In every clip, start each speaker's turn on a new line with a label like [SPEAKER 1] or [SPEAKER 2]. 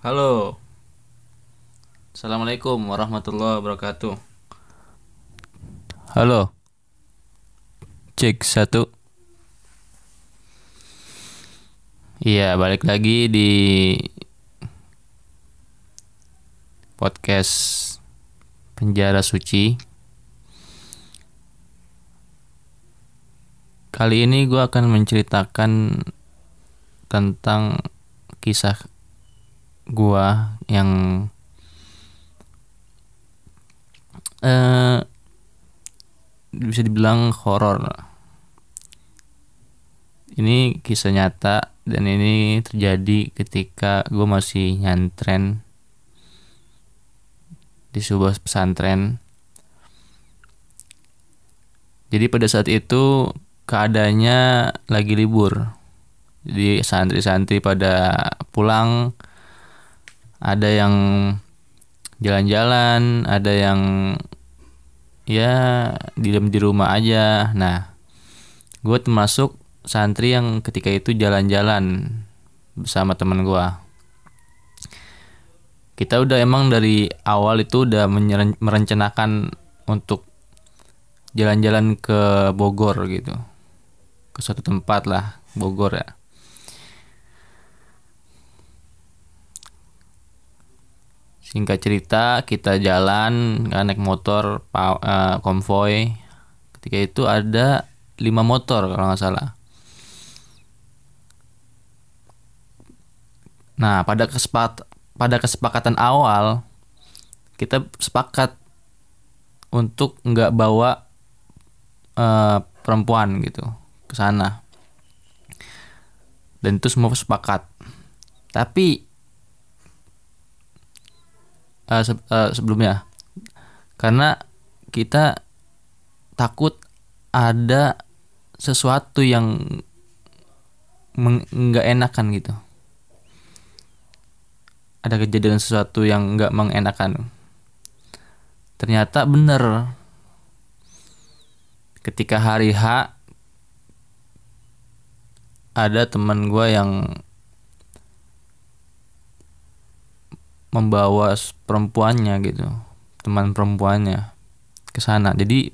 [SPEAKER 1] Halo, Assalamualaikum warahmatullahi wabarakatuh. Halo, cek satu. Iya, balik lagi di podcast Penjara Suci. Kali ini gue akan menceritakan tentang kisah gue yang bisa dibilang horor. Ini kisah nyata dan ini terjadi ketika gue masih nyantren di sebuah pesantren. Jadi pada saat itu keadaannya lagi libur. Jadi santri-santri pada pulang, ada yang jalan-jalan, ada yang ya diem di rumah aja. Nah, gue termasuk santri yang ketika itu jalan-jalan bersama teman gue. Kita udah emang dari awal itu udah merencanakan untuk jalan-jalan ke Bogor gitu, ke suatu tempat lah, Bogor ya. Singkat cerita, kita jalan kan naik motor konvoy. Ketika itu ada 5 motor kalau nggak salah. Nah, pada kesepakatan awal kita sepakat untuk nggak bawa perempuan gitu ke sana. Dan itu semua sepakat. Tapi sebelumnya, karena kita takut ada sesuatu yang nggak enakan gitu. Ada kejadian sesuatu yang nggak mengenakan. Ternyata bener. Ketika hari H, ada teman gue yang membawa perempuannya gitu, teman perempuannya ke sana. Jadi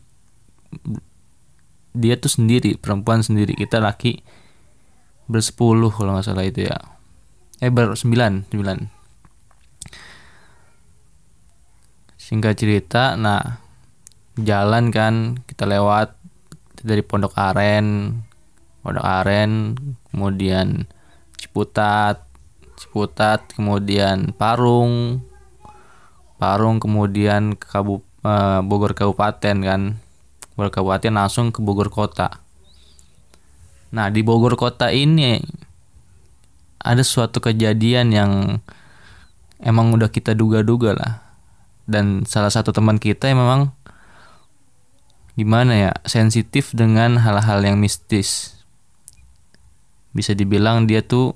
[SPEAKER 1] dia tuh sendiri, perempuan sendiri, kita laki bersepuluh kalau nggak salah itu ya. Bersembilan. Singkat cerita, nah jalan kan kita lewat dari Pondok Aren, kemudian Ciputat, kemudian Parung, kemudian ke Bogor Kabupaten kan. Bogor Kabupaten langsung ke Bogor Kota. Nah, di Bogor Kota ini ada suatu kejadian yang emang udah kita duga-duga lah. Dan salah satu teman kita yang memang gimana ya, sensitif dengan hal-hal yang mistis. Bisa dibilang dia tuh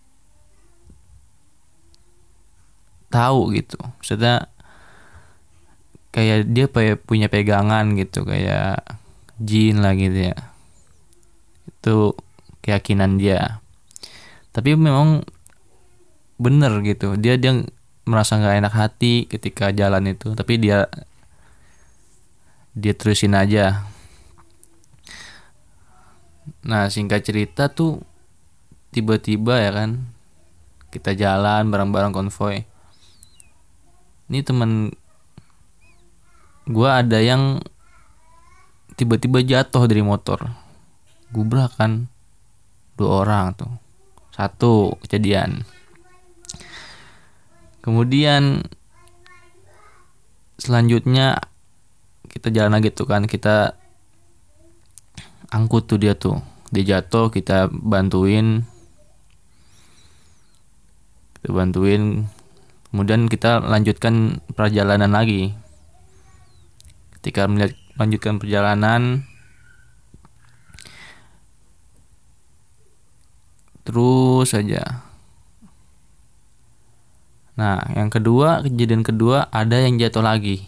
[SPEAKER 1] tahu gitu. Maksudnya kayak dia punya pegangan gitu, kayak jin lah gitu ya. Itu keyakinan dia. Tapi memang bener gitu. Dia merasa nggak enak hati ketika jalan itu. Tapi dia terusin aja. Nah, singkat cerita tuh tiba-tiba ya kan, kita jalan bareng-bareng konvoy. Ini temen gue ada yang tiba-tiba jatuh dari motor, gubrak kan, 2 orang tuh, satu kejadian. Kemudian selanjutnya kita jalan lagi tuh kan, kita angkut tuh dia jatuh, kita bantuin, kemudian kita lanjutkan perjalanan lagi. Ketika melanjutkan perjalanan, terus saja. Nah, kejadian kedua ada yang jatuh lagi.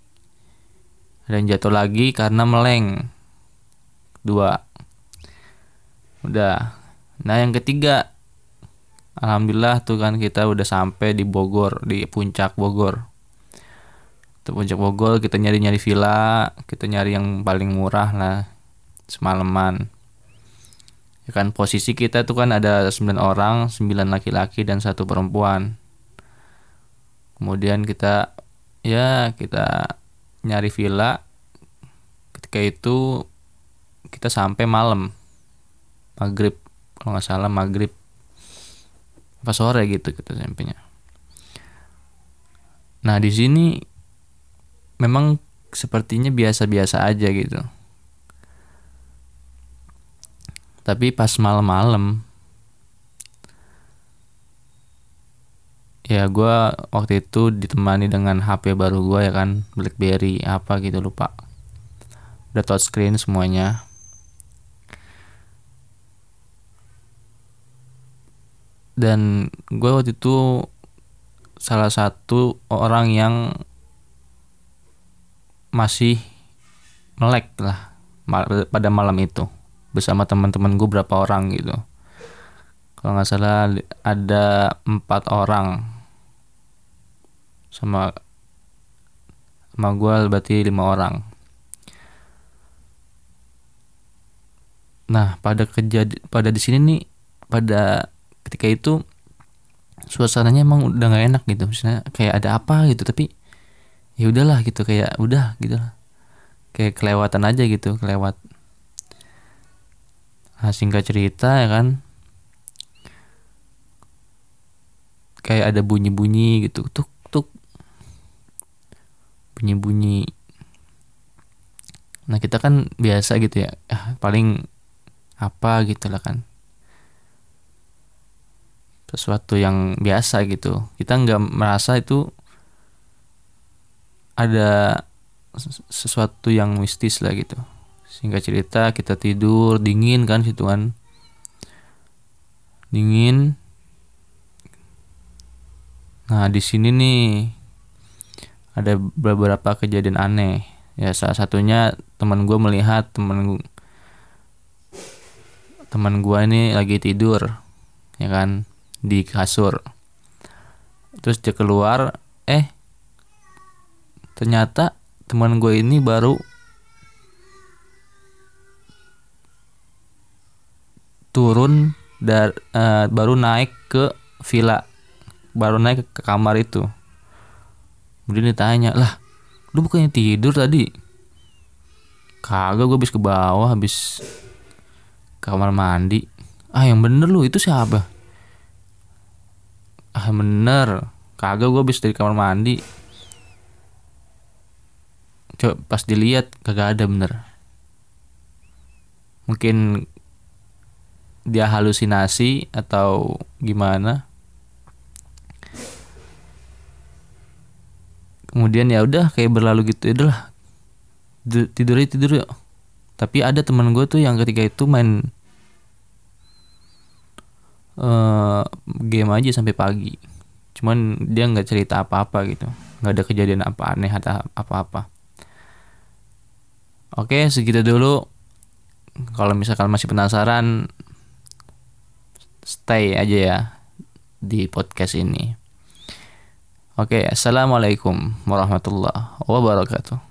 [SPEAKER 1] Karena meleng. 2. Udah. Nah, yang ketiga Alhamdulillah tuh kan kita udah sampai di Bogor, di puncak Bogor. Di puncak Bogor kita nyari-nyari villa, kita nyari yang paling murah lah semalaman. Ya kan posisi kita tuh kan ada 9 orang, 9 laki-laki dan 1 perempuan. Kemudian kita nyari villa. Ketika itu kita sampai malam, maghrib kalau nggak salah, maghrib apa sore gitu kita sampainya. Nah di sini memang sepertinya biasa-biasa aja gitu, tapi pas malam-malam ya gue waktu itu ditemani dengan HP baru gue ya kan, BlackBerry apa gitu lupa, udah touchscreen semuanya. Dan gue waktu itu salah satu orang yang masih melek lah pada malam itu bersama teman-teman gue berapa orang gitu. Kalau nggak salah ada 4 orang, sama gue berarti 5 orang. Nah pada di sini nih, pada ketika itu suasananya emang udah nggak enak gitu, misalnya kayak ada apa gitu, tapi ya udahlah gitu, kayak udah gitu lah, kayak kelewatan aja gitu, kelewat. Nah, singkat cerita ya kan, kayak ada bunyi-bunyi gitu, tuk tuk, bunyi-bunyi. Nah kita kan biasa gitu ya, paling apa gitu lah kan, sesuatu yang biasa gitu, kita nggak merasa itu ada sesuatu yang mistis lah gitu. Singkat cerita kita tidur, dingin kan situ kan, dingin. Nah di sini nih ada beberapa kejadian aneh ya. Salah satunya teman gue melihat teman gue ini lagi tidur ya kan di kasur, terus dia keluar, ternyata teman gue ini baru turun baru naik ke villa, baru naik ke kamar itu. Kemudian ditanya, lah lu bukannya tidur tadi? Kagak, gue habis ke bawah, habis kamar mandi. Yang bener lu, itu siapa? Bener, kagak, gue habis dari kamar mandi. Coba pas dilihat kagak ada, bener. Mungkin dia halusinasi atau gimana. Kemudian ya udah kayak berlalu gitu, ya udahlah tidur yuk. Tapi ada teman gue tuh yang ketika itu main game aja sampai pagi. Cuman dia nggak cerita apa-apa gitu, nggak ada kejadian apa aneh atau apa-apa. Oke, segitu dulu. Kalau misalkan masih penasaran, stay aja ya di podcast ini. Oke, assalamualaikum warahmatullahi wabarakatuh.